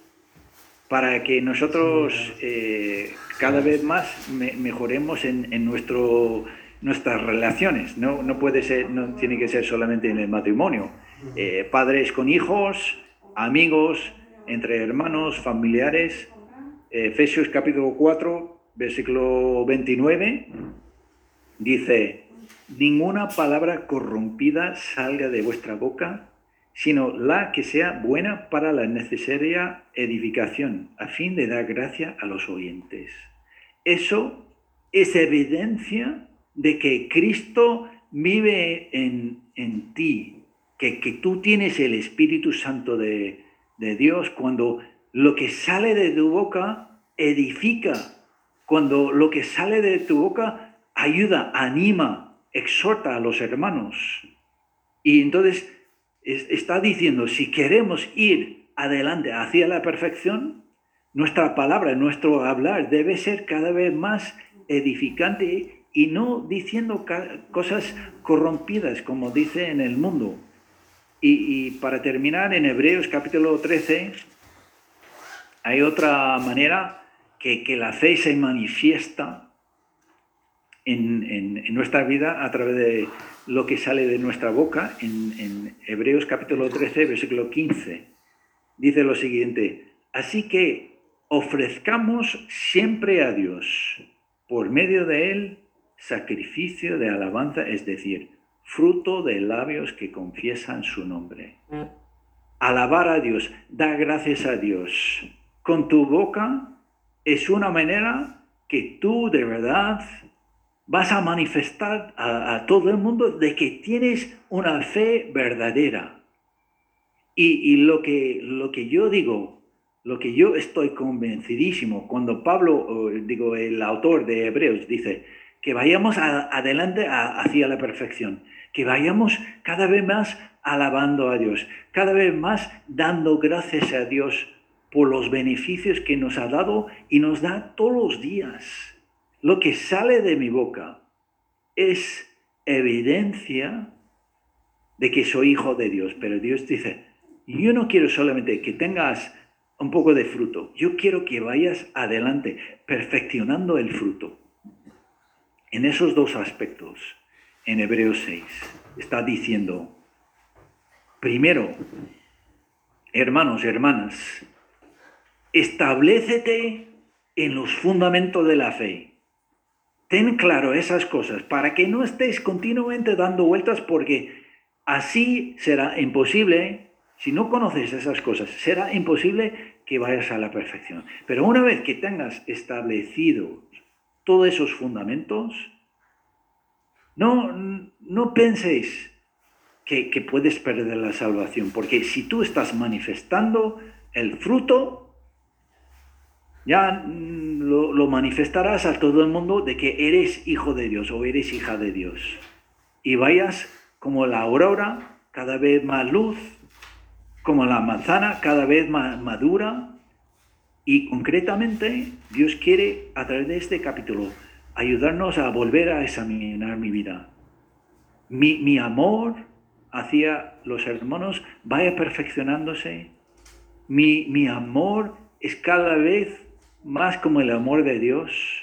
S1: para que nosotros cada vez más mejoremos en nuestras relaciones. No puede ser, no tiene que ser solamente en el matrimonio. Padres con hijos, amigos, entre hermanos, familiares. Efesios capítulo 4, versículo 29, dice, ninguna palabra corrompida salga de vuestra boca, sino la que sea buena para la necesaria edificación, a fin de dar gracia a los oyentes. Eso es evidencia de que Cristo vive en ti, que tú tienes el Espíritu Santo de Dios, cuando lo que sale de tu boca edifica, cuando lo que sale de tu boca ayuda, anima, exhorta a los hermanos. Y entonces está diciendo, si queremos ir adelante hacia la perfección, nuestra palabra, nuestro hablar debe ser cada vez más edificante y no diciendo cosas corrompidas, como dice en el mundo. Y para terminar, en Hebreos capítulo 13, hay otra manera que la fe se manifiesta en nuestra vida a través de lo que sale de nuestra boca. En Hebreos capítulo 13, versículo 15, dice lo siguiente, así que ofrezcamos siempre a Dios, por medio de Él, sacrificio de alabanza, es decir, fruto de labios que confiesan su nombre. Alabar a Dios, dar gracias a Dios con tu boca es una manera que tú de verdad vas a manifestar a todo el mundo de que tienes una fe verdadera. Y lo que yo digo, lo que yo estoy convencidísimo, cuando Pablo, el autor de Hebreos, dice que vayamos adelante hacia la perfección, que vayamos cada vez más alabando a Dios, cada vez más dando gracias a Dios por los beneficios que nos ha dado y nos da todos los días. Lo que sale de mi boca es evidencia de que soy hijo de Dios, pero Dios dice, yo no quiero solamente que tengas un poco de fruto, yo quiero que vayas adelante, perfeccionando el fruto. En esos dos aspectos, en Hebreos 6, está diciendo, primero, hermanos, hermanas, establécete en los fundamentos de la fe. Ten claro esas cosas para que no estés continuamente dando vueltas, porque así será imposible, si no conoces esas cosas, será imposible que vayas a la perfección. Pero una vez que tengas establecidos todos esos fundamentos, No penséis que puedes perder la salvación, porque si tú estás manifestando el fruto, ya lo manifestarás a todo el mundo de que eres hijo de Dios o eres hija de Dios. Y vayas como la aurora, cada vez más luz, como la manzana, cada vez más madura. Y concretamente, Dios quiere, a través de este capítulo, ayudarnos a volver a examinar mi vida. Mi amor hacia los hermanos vaya perfeccionándose. Mi amor es cada vez más como el amor de Dios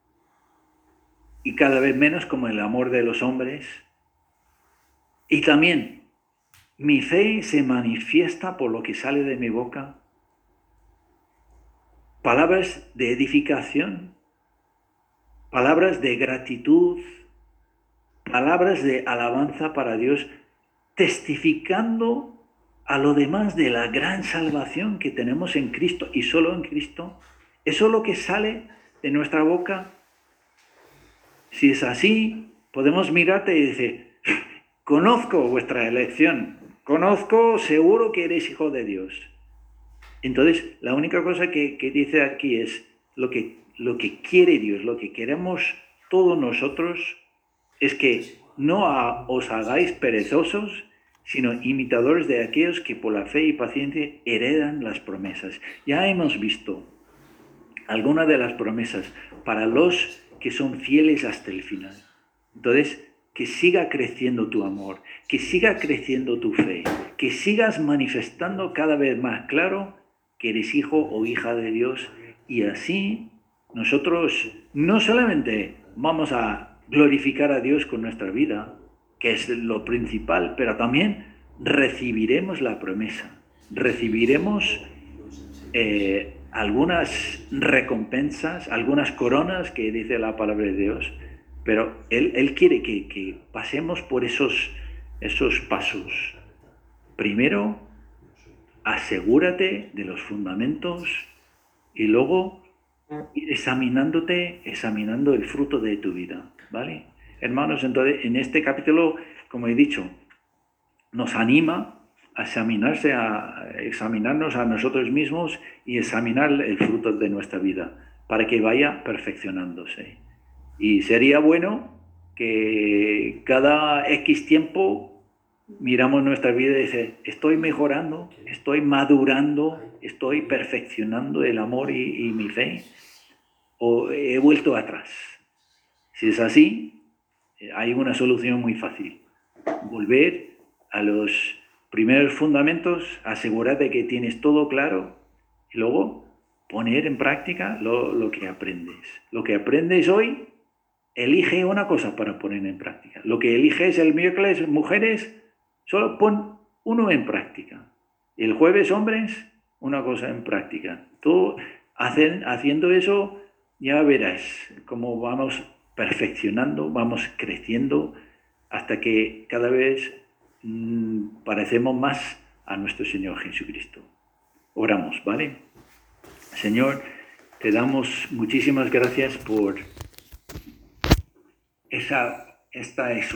S1: y cada vez menos como el amor de los hombres. Y también mi fe se manifiesta por lo que sale de mi boca. Palabras de edificación, palabras de gratitud, palabras de alabanza para Dios, testificando a lo demás de la gran salvación que tenemos en Cristo y solo en Cristo. Eso es lo que sale de nuestra boca. Si es así, podemos mirarte y decir, conozco vuestra elección, conozco, seguro que eres hijo de Dios. Entonces, la única cosa que dice aquí es lo que quiere Dios, lo que queremos todos nosotros, es que no os hagáis perezosos, sino imitadores de aquellos que por la fe y paciencia heredan las promesas. Ya hemos visto algunas de las promesas para los que son fieles hasta el final. Entonces, que siga creciendo tu amor, que siga creciendo tu fe, que sigas manifestando cada vez más claro que eres hijo o hija de Dios, y así nosotros no solamente vamos a glorificar a Dios con nuestra vida, que es lo principal, pero también recibiremos la promesa, recibiremos algunas recompensas, algunas coronas que dice la palabra de Dios, pero Él quiere que pasemos por esos pasos. Primero, asegúrate de los fundamentos y luego ir examinando el fruto de tu vida, ¿vale? Hermanos, entonces en este capítulo, como he dicho, nos anima a examinarnos a nosotros mismos y examinar el fruto de nuestra vida para que vaya perfeccionándose. Y sería bueno que cada X tiempo miramos nuestra vida y decimos, estoy mejorando, estoy madurando, estoy perfeccionando el amor y mi fe, o he vuelto atrás. Si es así, hay una solución muy fácil. Volver a los primeros fundamentos, asegúrate que tienes todo claro y luego poner en práctica lo que aprendes. Lo que aprendes hoy, elige una cosa para poner en práctica. Lo que eliges el miércoles, mujeres, solo pon uno en práctica. El jueves, hombres, una cosa en práctica. Tú haciendo eso, ya verás cómo vamos perfeccionando, vamos creciendo hasta que cada vez parecemos más a nuestro Señor Jesucristo. Oramos, ¿vale? Señor, te damos muchísimas gracias por esta